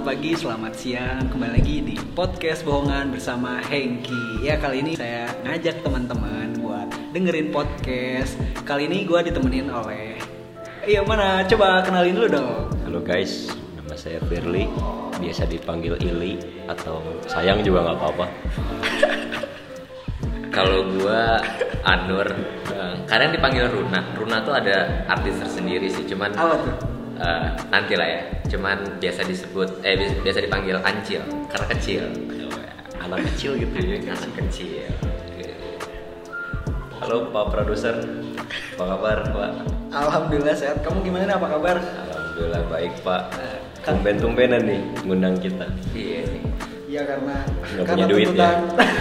pagi, selamat siang. Kembali lagi di podcast bohongan bersama Hengki. Ya, kali ini saya ngajak teman-teman buat dengerin podcast. Kali ini gue ditemenin oleh mana? Coba kenalin dulu dong. Halo guys, nama saya Firly, biasa dipanggil Ili atau sayang juga nggak apa-apa. Kalau gua Anur, kadang dipanggil Runa. Runa tuh ada artis tersendiri sih, cuman Apa tuh? nanti lah ya. Cuman biasa biasa dipanggil Ancil karena kecil. Anak kecil gitu ya. Anak kecil. Halo Pak Produser, apa kabar Pak? Alhamdulillah sehat. Kamu gimana nih? Apa kabar? Alhamdulillah baik Pak. Tumben-tumbenan nih ngundang kita. Iya nih. Iya karena punya duit tuntutan.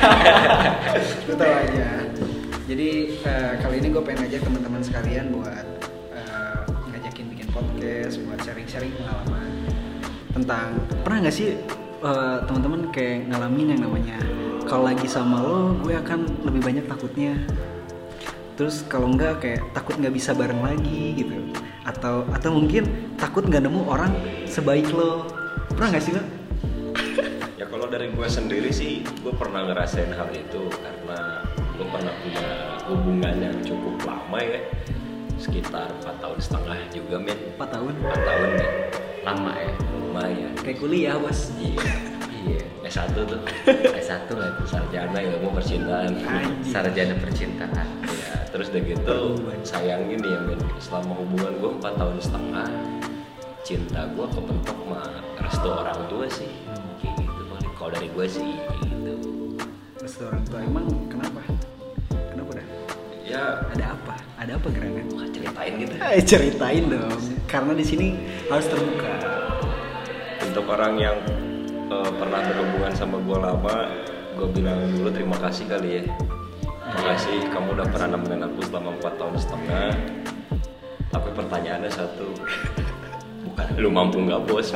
Lu tahu aja. Jadi kali ini gue pengen ngajak teman-teman sekalian buat ngajakin bikin podcast, buat sharing-sharing pengalaman tentang pernah nggak sih teman-teman kayak ngalamin yang namanya kalau lagi sama lo gue akan lebih banyak takutnya. Terus kalau enggak kayak takut nggak bisa bareng lagi gitu. Atau mungkin takut nggak nemu orang sebaik lo. Pernah nggak sih lo? Ya kalau dari gue sendiri sih, gue pernah ngerasain hal itu karena gue pernah punya hubungan yang cukup lama ya, sekitar 4 tahun setengah juga men. 4 tahun? 4 tahun nih, Lama ya. lumayan. Kayak kuliah bos. Iya. S1 tuh, S1 lah itu. sarjana ilmu percintaan. Anjing. Sarjana percintaan. Ya, terus udah gitu sayangin nih ya men, selama hubungan gue 4 tahun setengah, cinta gue kebentuk sama restu orang tua sih, kayak gitu paling. Kalau dari gue sih kayak gitu. Terus orang tua emang kenapa dah? Ya Ada apa gerangan? ceritain gitu. Ceritain dong. Karena di sini harus terbuka. Untuk orang yang pernah berhubungan sama gue lama, gue bilang dulu terima kasih kali ya. Terima kasih kamu udah pernah nemenin aku selama 4 tahun setengah. Tapi pertanyaannya satu, bukan lu mampu nggak bos?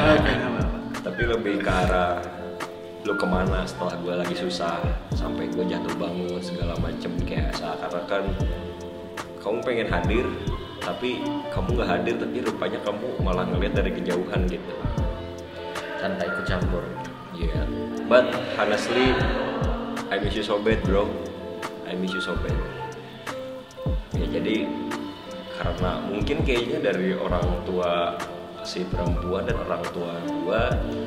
Tapi lebih ke arah lu kemana setelah gue lagi susah, sampai gue jatuh bangun segala macem. Kayak seakan-akan kamu pengen hadir tapi kamu nggak hadir, tapi rupanya kamu malah ngeliat dari kejauhan gitu. Tanpa ikut campur. Yeah, but honestly I miss you so bad bro, I miss you so bad. Ya jadi karena mungkin kayaknya dari orang tua si perempuan dan orang tua gue,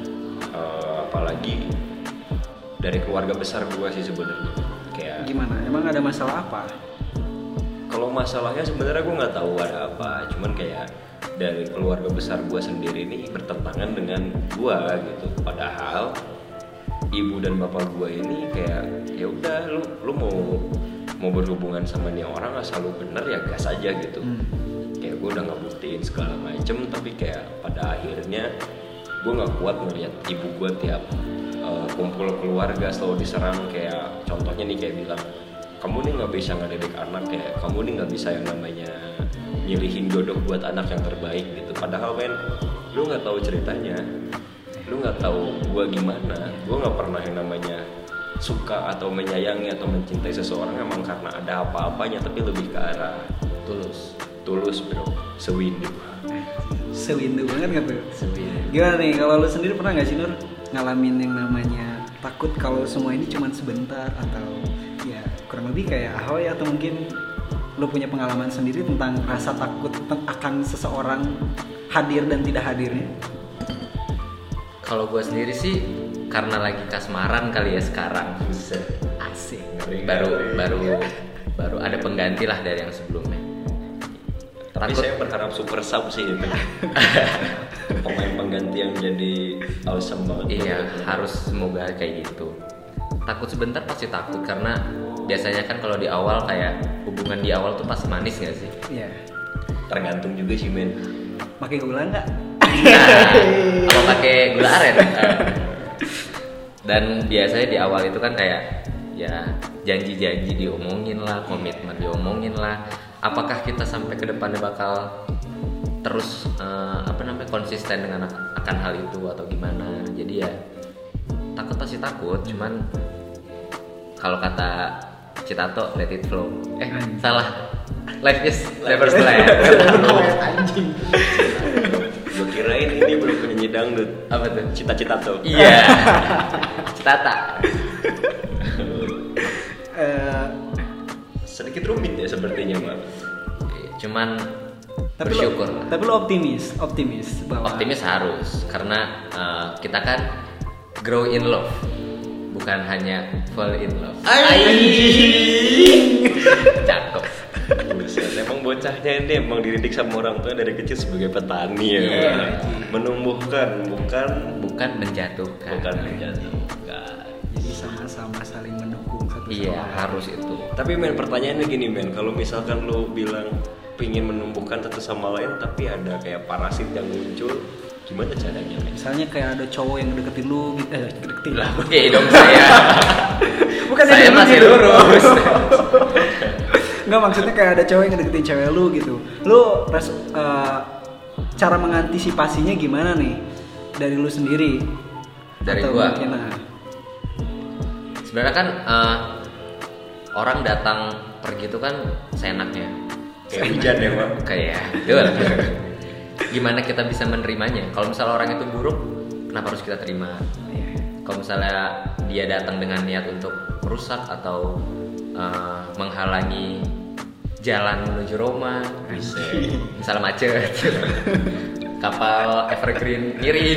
apalagi dari keluarga besar gue sih sebenarnya. Kayak Gimana? Emang ada masalah apa? kalau masalahnya sebenarnya gue nggak tahu ada apa, cuman kayak dari keluarga besar gue sendiri nih bertentangan dengan gue gitu. Padahal ibu dan bapak gue ini kayak ya udah lu mau berhubungan sama nih orang asal lu bener ya gas aja gitu. Kayak gue udah ngebuktiin segala macem, tapi kayak pada akhirnya gue nggak kuat ngeliat ibu gue tiap kumpul keluarga selalu diserang. Kayak contohnya nih kayak bilang, kamu nih nggak bisa ngedidik anak, kayak kamu nih nggak bisa yang namanya milihin jodoh buat anak yang terbaik gitu. Padahal men, lu nggak tahu ceritanya, lu nggak tahu gue gimana. Gue nggak pernah yang namanya suka atau menyayangi atau mencintai seseorang emang karena ada apa-apanya, tapi lebih ke arah tulus bro, sewindu Sewindu banget gak tuh? Sewindu. Gimana nih, kalau lu sendiri pernah gak sih Nur ngalamin yang namanya takut kalau semua ini cuma sebentar, atau ya kurang lebih kayak ahoy, atau mungkin lu punya pengalaman sendiri tentang rasa takut akan seseorang hadir dan tidak hadirnya? Kalau gue sendiri sih karena lagi kasmaran kali ya sekarang. Asik. Baru ada pengganti lah dari yang sebelumnya. Tapi Takut. saya berharap super sub sih itu. Pemain pengganti yang jadi awesome banget. Iya, harus semoga kayak gitu. Takut sebentar pasti takut, karena biasanya kan kalau di awal kayak hubungan di awal tuh pasti manis nggak sih? Iya. Tergantung juga sih men. Pakai gula nggak? Nah, kalau pakai gula aren. Dan biasanya di awal itu kan kayak ya janji-janji diomongin lah, komitmen diomongin lah. Apakah kita sampai ke depannya bakal terus konsisten dengan akan hal itu atau gimana? Jadi ya takut pasti takut, cuman kalau kata Citato let it flow. Salah. Life is never plan. Anjing. Gue Kirain ini bro penyanyi dangdut. Apa tuh? Cita-cita tuh. Iya. Citata. Sedikit rumit ya sepertinya Mbak. Cuman Tapi bersyukur. Tapi lo optimis bahwa Optimis harus karena kita kan grow in love, bukan hanya fall in love. Cakep. Buset, emang bocahnya ini emang dididik sama orang tua dari kecil sebagai petani ya. Iya. Menumbuhkan, bukan menjatuhkan. menjatuhkan. jadi sama-sama saling mendukung satu sama Iya, lain. harus itu. Tapi men, pertanyaannya gini men, kalau misalkan lu bilang pingin menumbuhkan satu sama lain tapi ada kayak parasit yang muncul, gimana caranya men? Misalnya kayak ada cowok yang deketin lu gitu, deketin Lah, oke dong saya. Bukan Saya yang masih gitu. lurus. Nggak, maksudnya kayak ada cowok yang deketin cewek lu gitu. Lu cara mengantisipasinya gimana nih dari lu sendiri? Dari Atau gua. mungkin, Sebenarnya kan orang datang pergi itu kan seenaknya. Kayak hujan ya Mbak? Kayak betul. Gimana kita bisa menerimanya? Kalau misalnya orang itu buruk, kenapa harus kita terima? iya. Kalau misalnya dia datang dengan niat untuk merusak atau menghalangi jalan menuju Roma, misalnya macet, kapal Evergreen miring,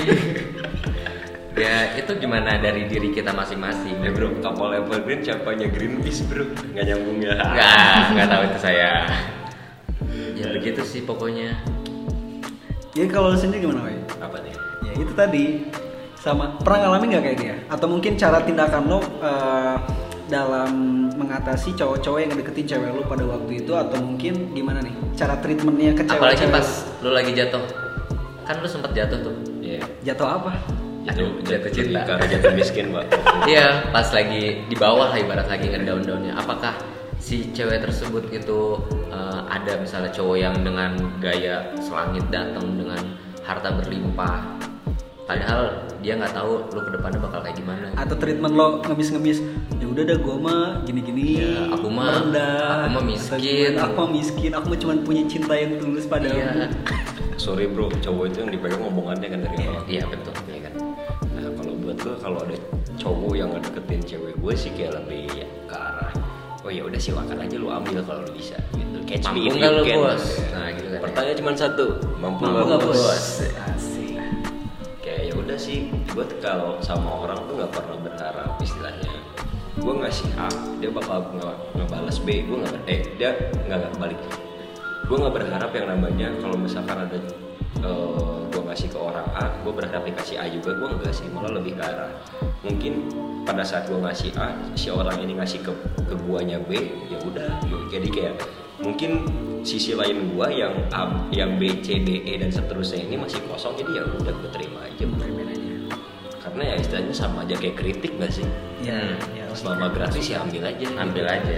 ya itu gimana dari diri kita masing-masing. Ya bro, kapal Evergreen siapanya Greenpeace bro? Nggak nyambung ya? Nggak tahu itu saya. Ya begitu sih pokoknya. Jadi kalau lu sendiri gimana, Wei? Apa nih? Ya itu tadi, sama pernah ngalamin nggak kayak dia? Atau mungkin cara tindakan lo dalam mengatasi cowok-cowok yang deketin cewek lo pada waktu itu, atau mungkin gimana nih cara treatmentnya ke cewek? Apalagi pas lu lagi jatuh, kan lu sempet jatuh tuh. Iya. jatuh apa? Jatuh cinta. Karena jatuh miskin Mbak. Iya, pas lagi di bawah lah ibarat lagi ngedown-downnya. Apakah si cewek tersebut itu ada misalnya cowok yang dengan gaya selangit datang dengan harta berlimpah, padahal dia nggak tahu lu kedepannya bakal kayak gimana. Atau treatment lo ngemis-ngemis, ya udah dah gue mah gini-gini, Ya, aku mah miskin. aku mah miskin, aku mah cuma punya cinta yang tulus padamu. Iya, Sorry bro, cowok itu yang dipegang omongannya kan dari awal. iya betul, ya kan. Nah kalau buat gue, kalau ada cowok yang ngedeketin cewek gue sih kayak lebih ke arah, oh ya udah silakan aja lu ambil kalau lu bisa gitu. Catch me Mampu if nggak you lu, can. bos? Nah, gitu kan. Pertanyaan cuma satu, mampu Mampu nggak nggak, bos? bos? Asik. Kayak ya udah sih, gue kalau sama orang tuh nggak pernah berharap istilahnya. Gue ngasih A, dia bakal ngebales B. Gue nggak, dia nggak balik. Gue nggak berharap yang namanya kalau misalkan ada gue ngasih ke orang A, gue berharap dikasih A juga. Gue nggak sih, malah lebih ke arah mungkin pada saat gue ngasih A, si orang ini ngasih ke guanya B, ya udah. Jadi kayak mungkin sisi lain gue yang A, yang B, C, D, E dan seterusnya ini masih kosong, jadi ya udah gue terima aja. Terima aja. Karena ya istilahnya sama aja kayak kritik nggak sih? Ya, ya. Selama gratis ya ambil aja. Ambil aja.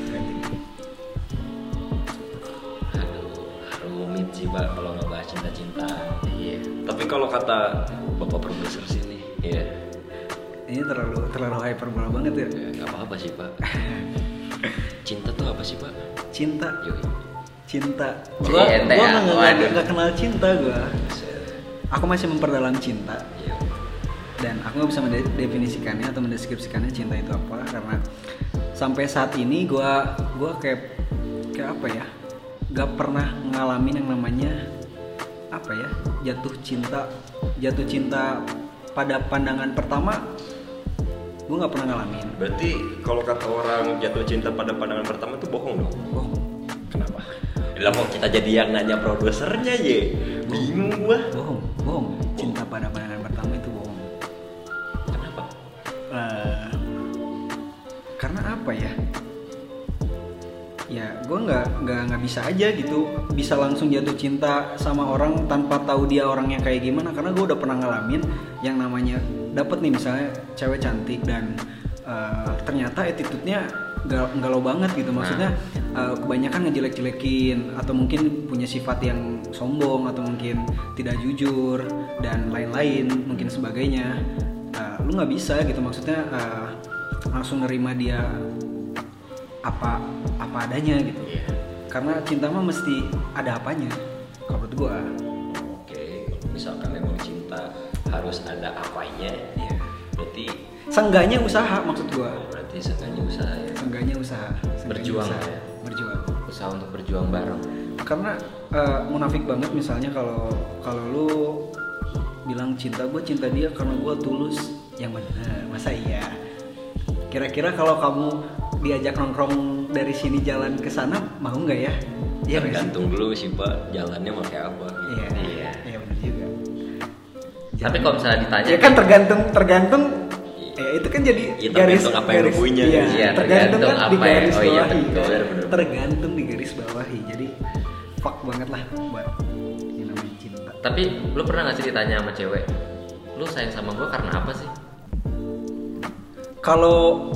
Aduh, rumit sih Pak kalau ngebahas cinta-cintaan. Iya. Tapi kalau kata Bapak Profesor sini, ya Ini terlalu hyperbola banget ya. nggak apa-apa sih Pak. Cinta tuh apa sih Pak? Cinta, Yoi. cinta. Jadi Gua ente ya? Waduh. nggak kenal cinta gua. Aku masih memperdalam cinta. Iya. Dan aku nggak bisa mendefinisikannya atau mendeskripsikannya cinta itu apa, karena sampai saat ini gue kayak apa ya, nggak pernah ngalamin yang namanya apa ya, jatuh cinta pada pandangan pertama. Gue nggak pernah ngalamin. Berarti kalau kata orang jatuh cinta pada pandangan pertama itu bohong dong? Bohong. Kenapa? Lah kok kita jadi yang nanya produsernya ye? Bingung gua. Bohong. Cinta pada pandangan pertama itu bohong. Kenapa? Karena apa ya? Ya gue nggak bisa aja gitu, bisa langsung jatuh cinta sama orang tanpa tahu dia orangnya kayak gimana. Karena gue udah pernah ngalamin yang namanya dapet nih misalnya cewek cantik dan ternyata attitude-nya galau banget gitu. Maksudnya kebanyakan ngejelek-jelekin atau mungkin punya sifat yang sombong atau mungkin tidak jujur dan lain-lain mungkin sebagainya. Lu nggak bisa gitu, maksudnya langsung nerima dia apa adanya gitu. Karena cinta mah mesti ada apanya kalau menurut gua. Oke, harus ada apanya. Iya. Berarti Seenggaknya usaha maksud gua. berarti seenggaknya usaha ya. Seenggaknya usaha. Seenggaknya Berjuang usaha. ya. Berjuang. Usaha untuk berjuang bareng. Karena munafik banget misalnya kalau lu bilang cinta dia karena gue tulus, yang benar masa iya? Kira-kira kalau kamu diajak nongkrong dari sini jalan ke sana mau nggak ya? Iya nggak sih? Tergantung dulu sih Pak, jalannya mau kayak apa gitu. Iya, iya benar juga. Tapi kalau misalnya ditanya, Ya kan tergantung. Itu kan jadi Iya, garis tergantung apa yang lu punya. Iya, Iya, tergantung kan tergantung di apa ya. garis Oh iya, bawahi. betul, Kan? bener. Tergantung di garis bawahi. Jadi fuck banget lah buat yang namanya cinta. tapi lu pernah nggak sih ditanya sama cewek, lu sayang sama gue karena apa sih? Kalau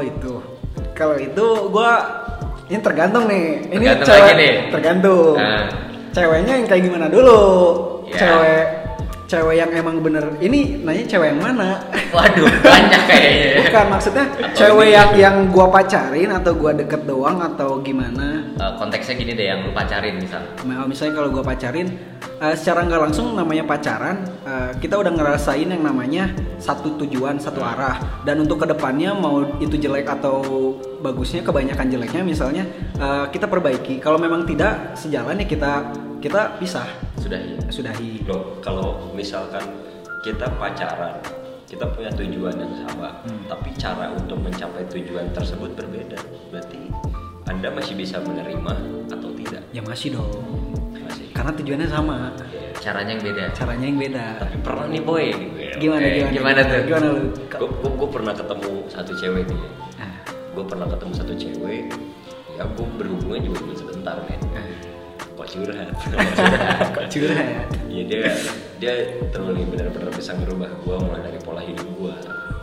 itu gue ini tergantung nih. Ini Tergantung cewek lagi nih. tergantung. Nah. Ceweknya yang kayak gimana dulu? Ya. Cewek yang emang bener ini nanya cewek yang mana? Waduh, banyak kayaknya. Bukan maksudnya Atau cewek ini- yang gua pacarin atau gua deket doang atau gimana? Konteksnya gini deh, yang lu pacarin misalnya. Misalnya kalau gua pacarin secara nggak langsung namanya pacaran, kita udah ngerasain yang namanya satu tujuan, satu arah. Dan untuk kedepannya mau itu jelek atau bagusnya, kebanyakan jeleknya misalnya kita perbaiki. Kalau memang tidak sejalan ya kita pisah, sudahi. Loh, kalau misalkan kita pacaran, kita punya tujuan yang sama, tapi cara untuk mencapai tujuan tersebut berbeda. Berarti Anda masih bisa menerima atau tidak? Ya masih dong, Masih. karena tujuannya sama, Caranya yang beda. caranya yang beda. Tapi pernah nih boy, Gimana tuh? Gimana lu? Gue pernah ketemu satu cewek nih. Nah, Gue pernah ketemu satu cewek, ya gue berhubungan juga cuma sebentar men. Kok curhat? kok curhat? Iya dia terlalu benar-benar bisa ngerubah gue mulai dari pola hidup gue.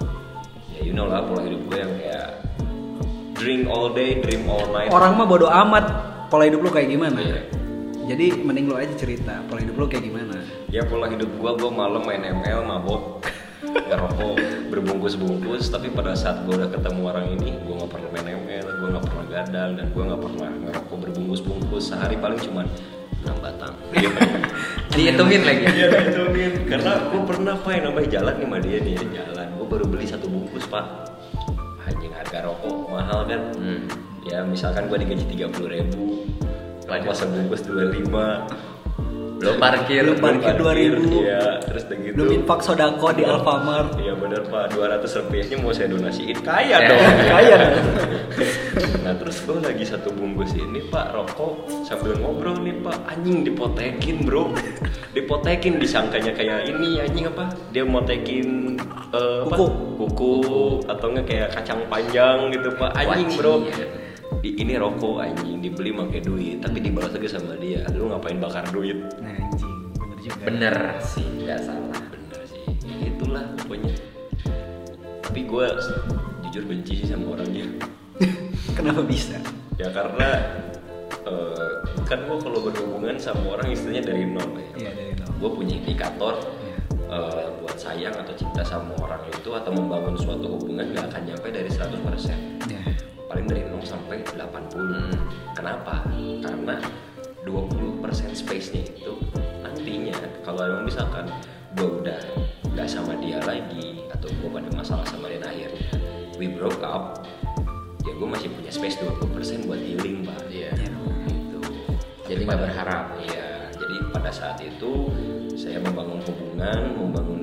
Ya you know lah, pola hidup gue yang kayak drink all day, dream all night. Orang mah bodo amat pola hidup lu kayak gimana. Iya. Jadi mending lu aja cerita pola hidup lu kayak gimana. Ya pola hidup gue malam main ML, mabok, ngerokok, berbungkus-bungkus. Tapi pada saat gue udah ketemu orang ini, gue nggak pernah main ML, gue nggak pernah gadang, dan gue nggak pernah ngerokok berbungkus-bungkus. Sehari paling cuma 6 batang. Dihitungin lagi. Iya dihitungin. Karena gue pernah Pak yang namanya jalan nih sama dia nih jalan. Gue baru beli 1 bungkus Pak. Anjing harga rokok mahal kan. Ya misalkan gue digaji 30.000, rokok sebungkus 25. Belum parkir. Belum parkir 2.000. Iya, terus udah gitu. Lu infak sodako di Alfamart. Iya benar Pak, 200 rupiahnya mau saya donasiin. Kaya Ya, dong. Kaya. Nah terus gue lagi 1 bungkus ini Pak, rokok sambil ngobrol nih Pak. Anjing dipotekin bro. Dipotekin, disangkanya kayak ini anjing apa, dia motekin kuku atau enggak kayak kacang panjang gitu Pak. Anjing bro. Ini rokok anjing, dibeli pakai duit tapi dibalas lagi sama dia. Lu ngapain bakar duit? Nah anjing, bener juga. Bener sih, nggak salah. Bener sih, itulah pokoknya. Tapi gue jujur benci sih sama orangnya. Kenapa bisa? Ya karena kan gue kalau berhubungan sama orang istilahnya dari nol ya. Iya dari nol. Gue punya indikator Iya. buat sayang atau cinta sama orang itu atau membangun suatu hubungan gak akan nyampe dari 100%. Ya. Paling dari 0 sampai 80. Kenapa? Karena 20% space-nya itu nantinya kalau emang misalkan gue udah gak sama dia lagi atau gue pada masalah sama dia akhirnya we broke up, ya gue masih punya space 20% buat healing Pak. Iya. Gitu. Jadi nggak berharap. Iya, jadi pada saat itu saya membangun hubungan, membangun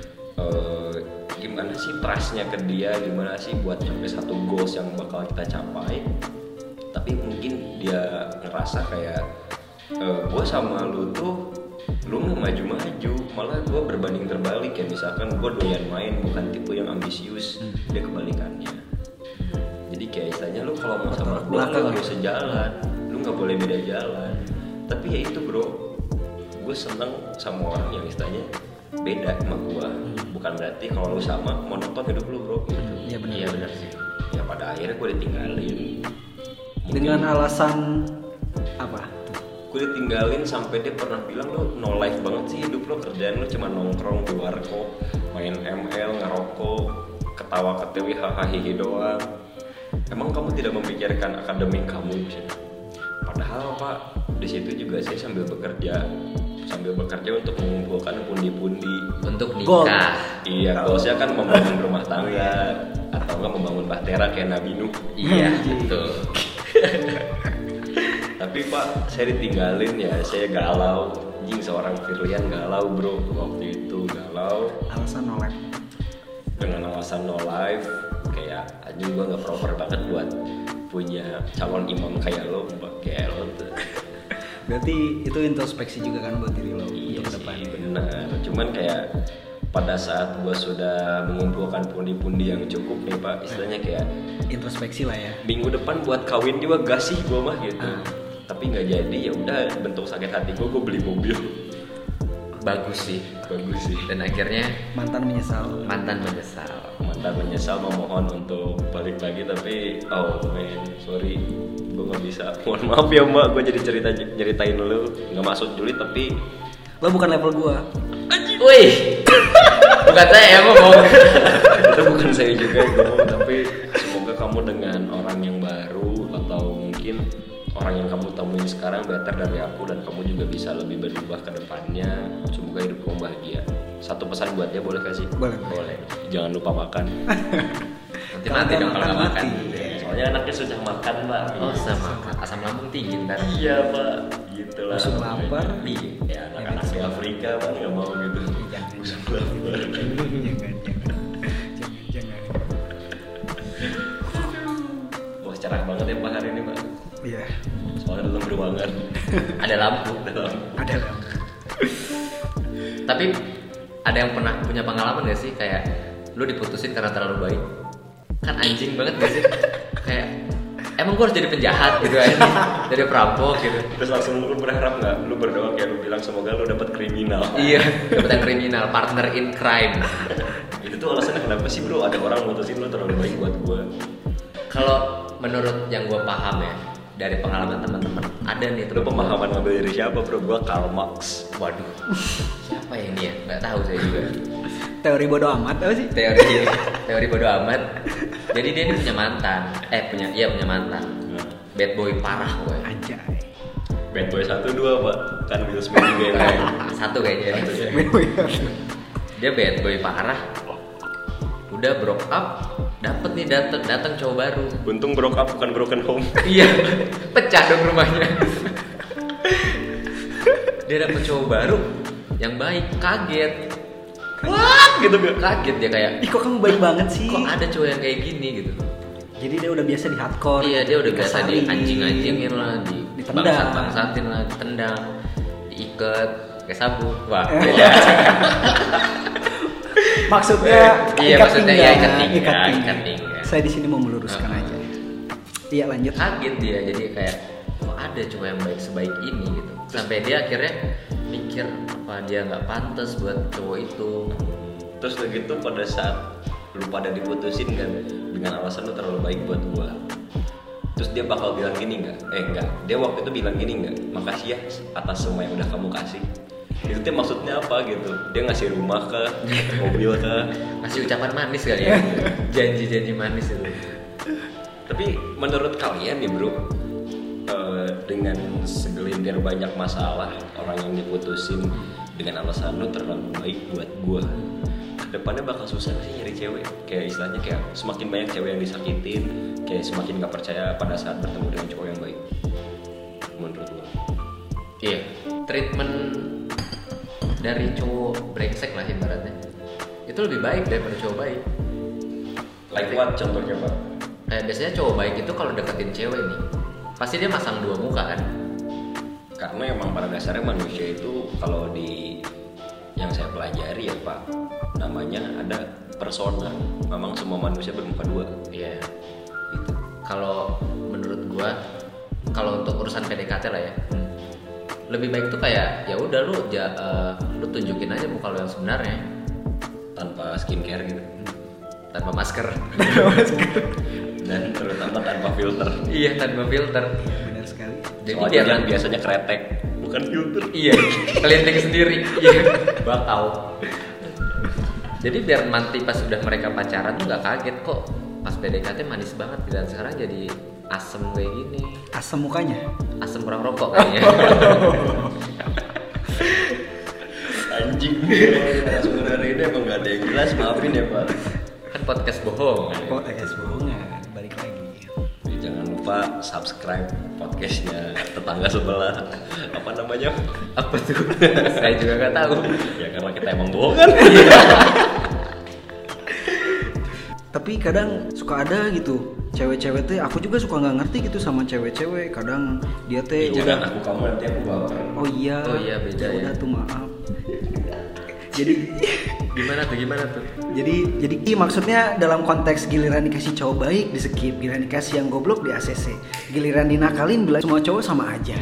gimana sih trustnya ke dia, gimana sih buat sampai satu goals yang bakal kita capai. Tapi mungkin dia ngerasa kayak gue sama lu tuh lu nggak maju-maju, malah gue berbanding terbalik ya. Misalkan gue doyan main, bukan tipe yang ambisius, dia kebalikannya. Jadi kayak istilahnya lu kalau mau sama gue lu harus sejalan, lu nggak boleh beda jalan. Tapi ya itu bro, gue seneng sama orang yang istilahnya beda sama gue. Bukan berarti kalau lu sama monoton hidup lu bro gitu. Iya benar. Iya bener sih. Ya pada akhirnya gue ditinggalin. Dengan alasan apa? Gue ditinggalin sampai dia pernah bilang lu no life banget sih hidup lu, kerjaan lu cuma nongkrong di warkop, main ML, ngerokok, ketawa ketiwi hahaha doang. Emang kamu tidak memikirkan akademik kamu? Padahal Pak, di situ juga saya sambil bekerja sambil bekerja untuk mengumpulkan pundi-pundi Untuk Goal. nikah. Iya, goalsnya kan membangun rumah tangga atau enggak membangun bahtera kayak Nabi Nuh. Iya, betul. Tapi Pak, saya ditinggalin ya, saya galau. Anjing, seorang Firlian galau bro, waktu itu galau Alasan nolak. dengan alasan no life. Kayak anjing gua nggak proper banget buat punya calon imam kayak lo, kayak lo tuh. Berarti itu introspeksi juga kan buat diri lo Iya untuk sih, kedepannya. benar. Cuman kayak pada saat gua sudah mengumpulkan pundi-pundi yang cukup nih Pak, istilahnya kayak Introspeksi lah ya. minggu depan buat kawin juga gak sih gua mah gitu. Ah. Tapi nggak jadi, ya udah bentuk sakit hati gua beli mobil. Bagus sih. Bagus sih. Dan akhirnya Mantan menyesal. mantan menyesal. Mantan menyesal memohon untuk balik lagi, tapi oh man, sorry, gue nggak bisa. Mohon maaf ya mbak, gue jadi nyeritain dulu, nggak masuk julid tapi Lo bukan level gua. Wih, bukan saya yang ngomong. itu bukan saya juga yang ngomong, tapi semoga kamu dengan orang yang baru atau mungkin orang yang kamu temuin sekarang better dari aku, dan kamu juga bisa lebih berubah ke depannya. Semoga hidup kamu bahagia. Satu pesan buat dia boleh kasih? Boleh. Jangan lupa makan. Nanti mati dong kalau nggak makan. Soalnya anaknya sudah makan mbak. Oh, sama asam lambung tinggi ntar. Iya pak, gitu lah. Musuh lapar. Ya anak-anak di Afrika pak nggak mau gitu. Jangan. Musuh lapar. Jangan. Wah cerah banget ya pak hari ini pak. Iya. Soalnya dalam ruangan Ada lampu. dalam. Ada lah. Tapi ada yang pernah punya pengalaman gak sih kayak lu diputusin karena terlalu baik? Kan anjing banget gak sih? Kayak emang gue harus jadi penjahat gitu aja, jadi perampok gitu. Terus langsung lu berharap nggak? Lu berdoa kayak lu bilang semoga lu dapat kriminal. Iya, dapat yang kriminal, partner in crime. Itu tuh alasannya kenapa sih bro? Ada orang mutusin lu terlalu baik buat gua. Kalau menurut yang gue paham ya dari pengalaman teman-teman, ada nih Lu pemahaman ngambil dari siapa bro? Gua Karl Marx. Waduh, siapa ya ini ya? Nggak tahu saya juga. Teori bodoh amat apa sih? Teori bodo amat. Jadi dia ini punya mantan, punya mantan. Bad boy parah gue. Anjay. Bad Boy 1, 2 pak. Kan Will Smith juga yang main. Satu kayaknya. Satu ya. Dia bad boy parah. Udah broke up, dapet nih datang cowok baru. Untung broke up bukan broken home. Iya, pecah dong rumahnya. Dia dapet cowok baru yang baik, kaget. Wah, gitu gak? Kaget dia kayak, Ih kok kamu baik banget sih? kok ada cowok yang kayak gini gitu. Jadi dia udah biasa di hardcore. Iya, dia udah biasa dikasarin, dianjing-anjingin lah, ditendang, bangsatin lah, ditendang, diikat kayak sabuk. Wah, Maksudnya iya, ikat maksudnya pinggang, ya ikat pinggang. pinggang. Saya di sini mau meluruskan aja. Iya lanjut. Kaget dia, jadi kayak kok ada cowok yang baik sebaik ini gitu. Sampai dia akhirnya mikir apa dia nggak pantas buat cowok itu. Terus udah gitu pada saat lu pada diputusin kan dengan alasan lu terlalu baik buat gua. Terus dia bakal bilang gini nggak? Enggak. Dia waktu itu bilang gini nggak? Makasih ya atas semua yang udah kamu kasih. Itu tuh maksudnya apa gitu? Dia ngasih rumah ke, mobil ke. Masih ucapan manis kali ya, janji-janji manis itu. Tapi menurut kalian nih bro, dengan segelintir banyak masalah orang yang diputusin dengan alasan lu terlalu baik buat gua, kedepannya bakal susah sih nyari cewek. Kayak istilahnya kayak semakin banyak cewek yang disakitin, kayak semakin gak percaya pada saat bertemu dengan cowok yang baik. Menurut lu? Iya, treatment dari cowok brengsek lah ibaratnya itu lebih baik daripada cowok baik. Like what contohnya pak? Kayak biasanya cowok baik itu kalau deketin cewek nih pasti dia masang dua muka kan. Karena emang pada dasarnya manusia itu kalau di yang saya pelajari ya pak, namanya ada persona. Memang semua manusia bermuka dua. Iya. Gitu. Kalau menurut gua, kalau untuk urusan PDKT lah ya, lebih baik tuh kayak ya udah lu tunjukin aja muka lu yang sebenarnya Tanpa skincare gitu. tanpa masker. Dan terutama tanpa filter. Iya, tanpa filter. Benar sekali. Jadi Soalnya biar yang biasanya kretek, bukan filter. iya, kelinting sendiri. Iya, bakau. Jadi biar nanti pas udah mereka pacaran tuh nggak kaget kok pas PDKT manis banget dan sekarang jadi asem kayak gini. Asam mukanya. Asem kurang rokok kayaknya. anjing. Langsung hari ini emang gak ada yang jelas, maafin ya Pak. Kan podcast bohong. Podcast bohongan, balik lagi. Jangan lupa subscribe podcastnya tetangga sebelah. Apa namanya? Apa tuh? Saya juga nggak tahu. Ya karena kita emang bohong kan. Tapi kadang suka ada gitu cewek-cewek teh, aku juga suka nggak ngerti gitu sama cewek-cewek. Kadang dia teh Jangan aku kamu nanti aku baper. oh iya beda ya. udah tuh maaf. Jadi Gimana tuh? Jadi maksudnya dalam konteks giliran dikasih cowok baik di skip, giliran dikasih yang goblok di ACC, giliran dinakalin bilang semua cowok sama aja.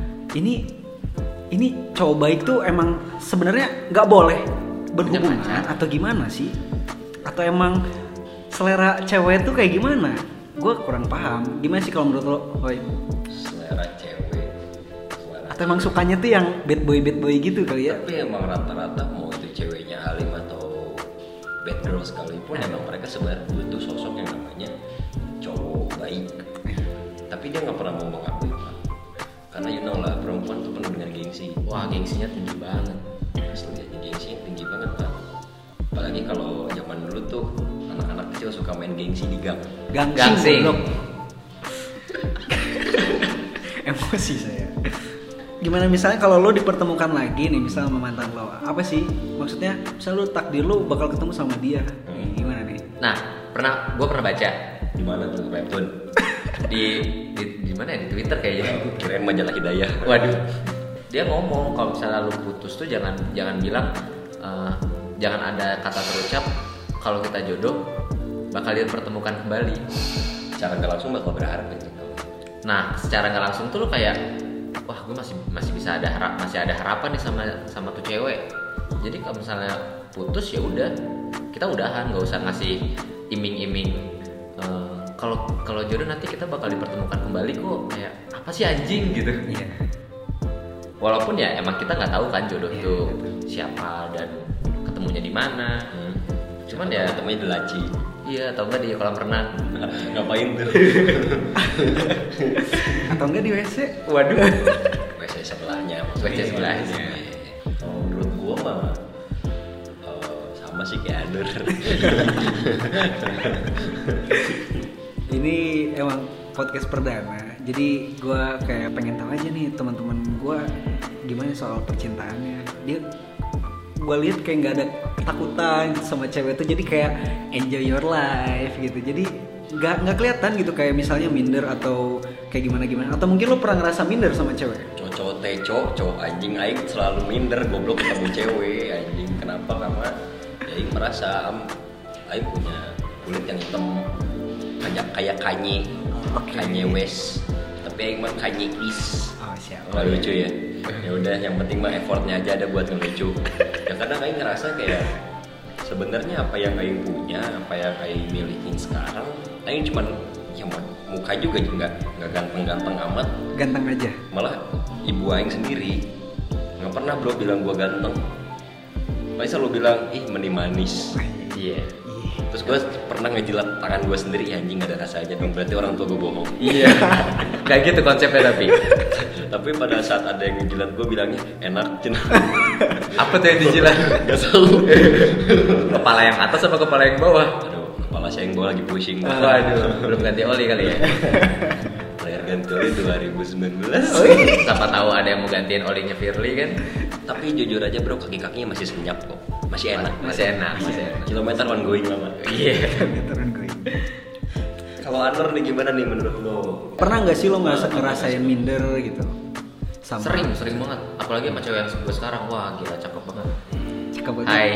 Ini cowok baik tuh emang sebenarnya nggak boleh berhubungan atau gimana sih? Atau emang selera cewek tuh kayak gimana? Gue kurang paham. Gimana sih kalau menurut lo, Hoy? Selera cewek. Atau emang sukanya tuh yang bad boy gitu kali ya? Tapi emang rata-rata mau itu ceweknya alim atau bad girl sekalipun emang mereka sebenarnya butuh sosok yang namanya cowok baik. Tapi dia nggak pernah mau mengakui Pak. Karena you know lah, perempuan tuh penuh dengan gengsi. Wah, gengsinya tinggi banget. Asli aja gengsinya tinggi banget Pak. Apalagi kalau zaman dulu tuh anak-anak kecil suka main gengsi di gang. Gangsing. goblok. Emosi saya. Gimana misalnya kalau lo dipertemukan lagi nih misalnya sama mantan lo, apa sih maksudnya? Misalnya lo takdir lo bakal ketemu sama dia, gimana nih? Nah, gue pernah baca Di mana tuh webtoon? di mana ya, di Twitter kayaknya. Kirain majalah Hidayah. Waduh, dia ngomong kalau misalnya lu putus tuh jangan bilang jangan ada kata terucap kalau kita jodoh bakal dipertemukan kembali. Secara nggak langsung bakal berharap gitu. Nah, secara nggak langsung tuh lu kayak wah, gue masih bisa masih ada harapan nih sama tuh cewek. Jadi kalau misalnya putus ya udah, kita udahan, nggak usah ngasih iming-iming. Kalau jodoh nanti kita bakal dipertemukan kembali kok, kayak apa sih anjing gitu. Iya. Walaupun ya emang kita nggak tahu kan jodoh Iya, itu siapa dan ketemunya di mana. Cuman ya temennya di laci. iya, atau enggak di kolam renang. Ngapain tuh? Atau enggak di WC? Waduh. WC sebelahnya. WC sebelahnya. Kalau menurut gua mah sama sih kayak Adur. Ini emang podcast perdana. Jadi gue kayak pengen tahu aja nih teman-teman gue gimana soal percintaannya. Gue lihat kayak nggak ada ketakutan sama cewek tuh, jadi kayak enjoy your life gitu. Jadi nggak kelihatan gitu kayak misalnya minder atau kayak gimana. Atau mungkin lo pernah ngerasa minder sama cewek? Cowok anjing aing selalu minder goblok ketemu cewek anjing. Kenapa? Karena ya aing merasa aing punya kulit yang hitam kayak Kanye West, tapi aing mah Kanye is. Oh siap. Nggak lucu ya. Ya udah, yang penting mah effortnya aja ada buat ngelucu. Ya kadang aing ngerasa kayak sebenarnya apa yang aing punya, apa yang aing milikin sekarang, aing cuman ya muka juga nggak ganteng-ganteng amat. Ganteng aja. Malah ibu aing sendiri nggak pernah bro bilang gua ganteng. Paling selalu bilang ih meni manis. Iya. Terus gue pernah ngejilat tangan gue sendiri, anjing gak ada rasanya dong, berarti orang tua gue bohong. Iya. Gak gitu konsepnya tapi. Tapi pada saat ada yang ngejilat gue bilangnya enak cina. Apa tuh yang dijilat? Gak tahu. Kepala yang atas apa kepala yang bawah? Aduh, kepala saya yang bawah lagi pusing. Waduh, belum ganti oli kali ya. Terakhir ganti oli 2019. Siapa tahu ada yang mau gantiin olinya Firly kan? Tapi jujur aja bro, kaki-kakinya masih senyap kok. Masih enak. Masih enak. Kilometer ongoing lama. Iya. Turun gue. Kalau Anwar nih gimana nih menurut lo? Pernah nggak sih lo ngerasain minder gitu? Sama Sering banget. Apalagi sama cewek yang gue sekarang, wah gila cakep banget. cakep banget. Hai.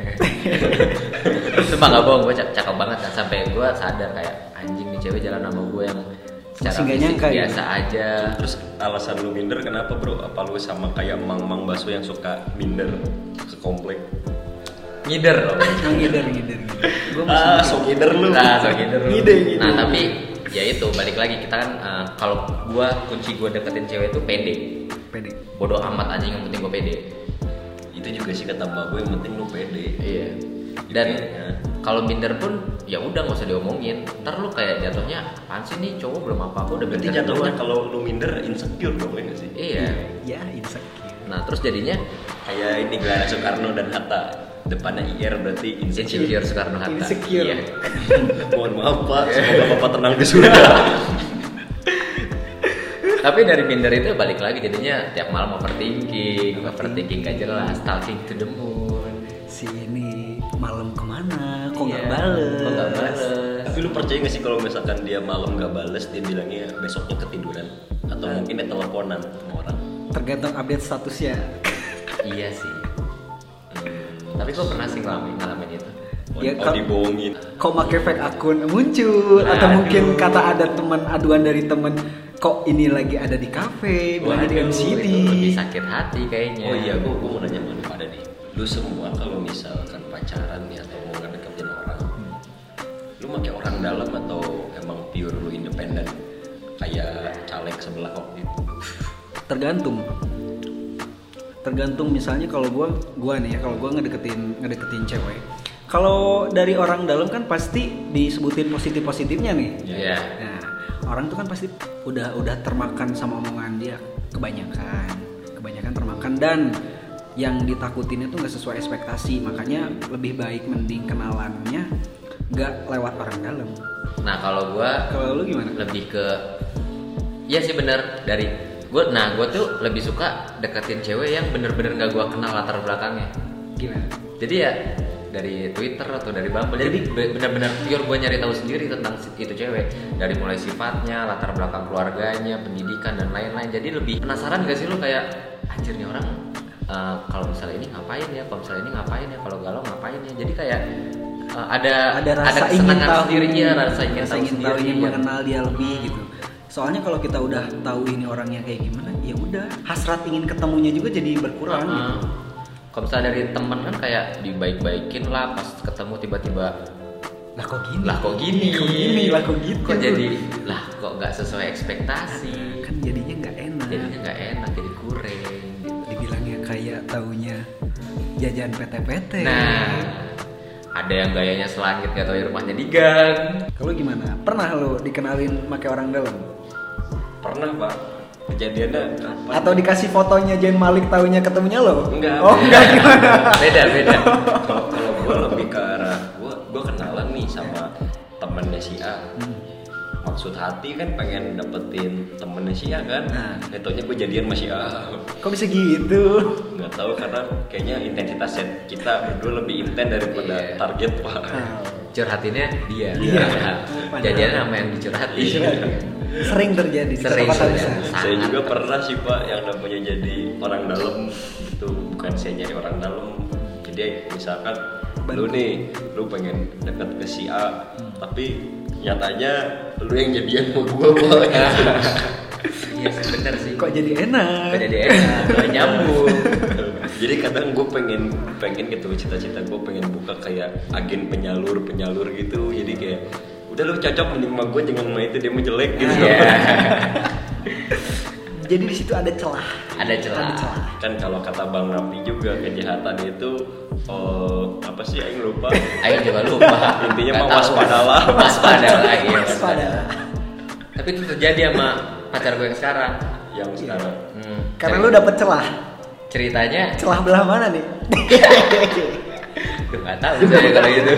Sumpah gak bohong, gue cakep banget kan. Sampai gue sadar kayak anjing nih cewek jalan sama gue yang secara Masih nggak fisik nyangka biasa aja. Terus alasan lu minder kenapa bro? Apa lu sama kayak mang-mang baso yang suka minder sekomplek? Ngider loh. Ngider. Gue So ngider lu. So ngider lu. Ngide. Nah tapi ya itu balik lagi kita kan kalau gue kunci gue deketin cewek itu pede. Bodoh amat anjing, yang penting gue pede. Itu juga sih kata mbak gue, yang penting lu pede. Iya. Dan kalau minder pun ya udah nggak usah diomongin. Ntar lu kayak jatuhnya apaan sih nih cowok belum apa-apa udah Berarti minder jatuhnya duluan. kalau lu minder insecure dong ya nggak sih? Iya. Ya insecure. Nah terus jadinya Kayak ini Gelara Soekarno dan Hatta, depannya IR berarti insecure Soekarno Hatta. Insecure. Iya. Mohon maaf Pak, semoga Bapak tenang di surga. Tapi dari minder itu balik lagi jadinya tiap malam overthinking gak jelas, talking to the moon. Si ini malam kemana? Kok Iya, nggak bales? Kok nggak bales? Tapi lu percaya gak sih kalau misalkan dia malam gak bales, dia bilangnya besoknya ketiduran? Atau mungkin dia teleponan sama orang? Tergantung update statusnya. Iya sih. Tapi gue pernah sih ngalamin itu. Ya, Oh dibohongin. Kok pakai fake akun muncul? Atau Aduh. mungkin kata ada teman aduan dari teman, kok ini lagi ada di kafe, Wah, di MCD. itu lebih sakit hati kayaknya. Oh iya, gua mau nanya sama lu pada nih. Lu semua kalau misalkan pacaran nih atau mau ngedeketin orang, lu pakai orang dalam atau emang pure lu independen? Kayak caleg sebelah waktu itu. Tergantung misalnya kalau gua nih ya, kalau gua ngedeketin cewek. Kalau dari orang dalam kan pasti disebutin positifnya nih. Iya. Nah, orang tuh kan pasti udah termakan sama omongan dia, kebanyakan termakan, dan yang ditakutinnya tuh nggak sesuai ekspektasi, makanya lebih baik mending kenalannya nggak lewat orang dalam. Nah kalau Kalau lu gimana? lebih ke, iya sih bener dari gue tuh lebih suka deketin cewek yang bener-bener gak gue kenal latar belakangnya. Gimana? Jadi ya dari Twitter atau dari Bumble, jadi bener-bener pure gue nyari tahu sendiri tentang itu cewek, dari mulai sifatnya, latar belakang keluarganya, pendidikan dan lain-lain. Jadi lebih penasaran gak sih lu kayak anjir nih orang kalau misalnya ini ngapain ya, kalau misalnya ini ngapain ya, kalau galau ngapain ya. Jadi kayak ada rasa ingin kesenangan tahu sendiri ya, rasa ingin tahu ingin sendiri, ingin ya. mengenal dia lebih gitu. Soalnya kalau kita udah tahu ini orangnya kayak gimana, ya udah hasrat ingin ketemunya juga jadi berkurang gitu. Kalau misalnya dari temen kan kayak dibaik-baikin lah, pas ketemu tiba-tiba Lah kok gini? lah kok gini, Lah kok gitu? kok jadi lah kok nggak sesuai ekspektasi, Kan jadinya nggak enak. jadinya nggak enak, jadi kurang gitu. Dibilangnya kayak taunya jajan PT-PT. Nah, ada yang gayanya selangit nggak tahu ya rumahnya di gang. Kalau gimana? Pernah lo dikenalin pakai orang dalam? Pernah Pak, kejadiannya kapan? Atau dikasih fotonya Zain Malik taunya ketemunya lo? Enggak. Oh enggak gimana? Beda. Kalau gue lebih ke arah gue kenalan nih sama temennya si A. Maksud hati kan pengen dapetin temennya si A kan. Nah. Netonya gue jadian sama si A. Kok bisa gitu? Nggak tahu karena kayaknya intensitas set kita berdua lebih intens daripada Iya. target Pak. Curhatinnya dia. Iya. Jadinya sama yang dicurhatin. Sering terjadi. di Sering tempat terjadi. besar. Saya Sangat. juga pernah sih Pak yang namanya jadi orang dalam gitu, bukan saya nyari orang dalam. Jadi misalkan lu nih, lu pengen deket ke si A, tapi nyatanya lu yang jadian sama gua Pak. Iya sih, bener sih. Kok jadi enak? Kok jadi enak, kok nyambung. Jadi kadang gue pengen gitu, cita-cita gue pengen buka kayak agen penyalur gitu. Jadi kayak udah lu cocok mending sama gue, jangan sama itu dia mau jelek gitu. Iya. Jadi di situ ada celah. Ada celah. Kan kalau kata Bang Napi juga kejahatan itu apa sih aing lupa. Aing juga lupa. Intinya Nggak mah tahu. waspadalah. Waspadalah, iya. Waspada. Tapi itu terjadi sama pacar gue yang sekarang. Yang sekarang Karena lu dapet celah. Ceritanya Celah belah mana nih? nggak tahu saya kalau gitu.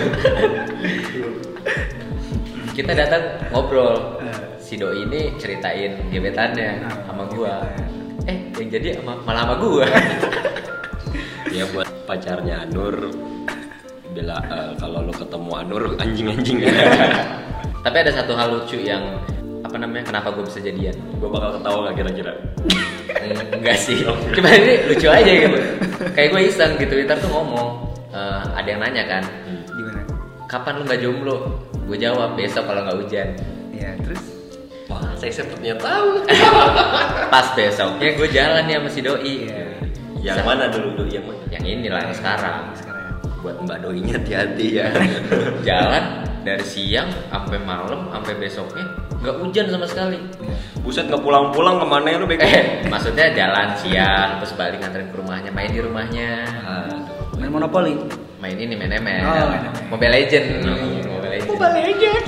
Kita datang ngobrol. Si doi ini ceritain gebetannya sama gua. Yang jadi malah sama gua. ya buat pacarnya Anur bila kalau lu ketemu Anur anjing-anjing. Tapi ada satu hal lucu yang kenapa gue bisa jadian? Gue bakal ketawa nggak kira-kira? Enggak sih, cuma ini lucu aja gitu. Kayak gue iseng di Twitter tuh ngomong, ada yang nanya kan, Gimana? kapan lu nggak jomblo? Gue jawab besok kalau nggak hujan. Ya terus? Wah, saya sepertinya tahu. Pas besoknya gue jalan nih sama si doi. Yang mana dulu yang mana? Yang inilah yang sekarang. Buat Mbak Doinya hati-hati ya. Jalan dari siang sampai malam sampai besoknya nggak hujan sama sekali. Buset, nggak pulang-pulang kemana ya lu bego? Maksudnya jalan siang terus balik nganterin ke rumahnya, main di rumahnya. Main monopoli. Main ini main ML. Oh, main ML. Mobile Legend. Mobile Legend.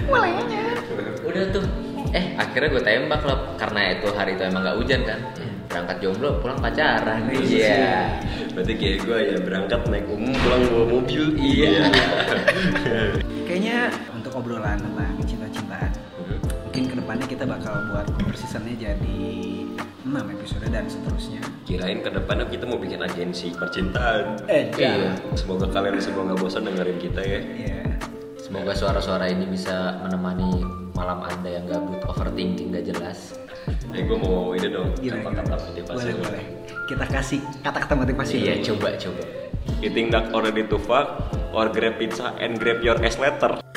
Udah tuh akhirnya gue tembak lah karena itu hari itu emang nggak hujan kan. berangkat jomblo pulang pacaran. Iya. Berarti kayak gue ya berangkat naik umum pulang bawa mobil. Iya. Kayaknya untuk obrolan tentang cinta-cintaan, mungkin kedepannya kita bakal buat seasonnya jadi 6 episode dan seterusnya. Kirain ke depannya kita mau bikin agensi percintaan. Iya. Semoga kalian semua nggak bosan dengerin kita ya. Iya. Semoga suara-suara ini bisa menemani malam Anda yang gabut overthinking gak jelas. Gue mau ini dong, Gila. kata-kata motivasi. Boleh. Kita kasih kata-kata motivasi. Iya, dulu. coba. Eating not already to fuck or grab pizza and grab your ass later.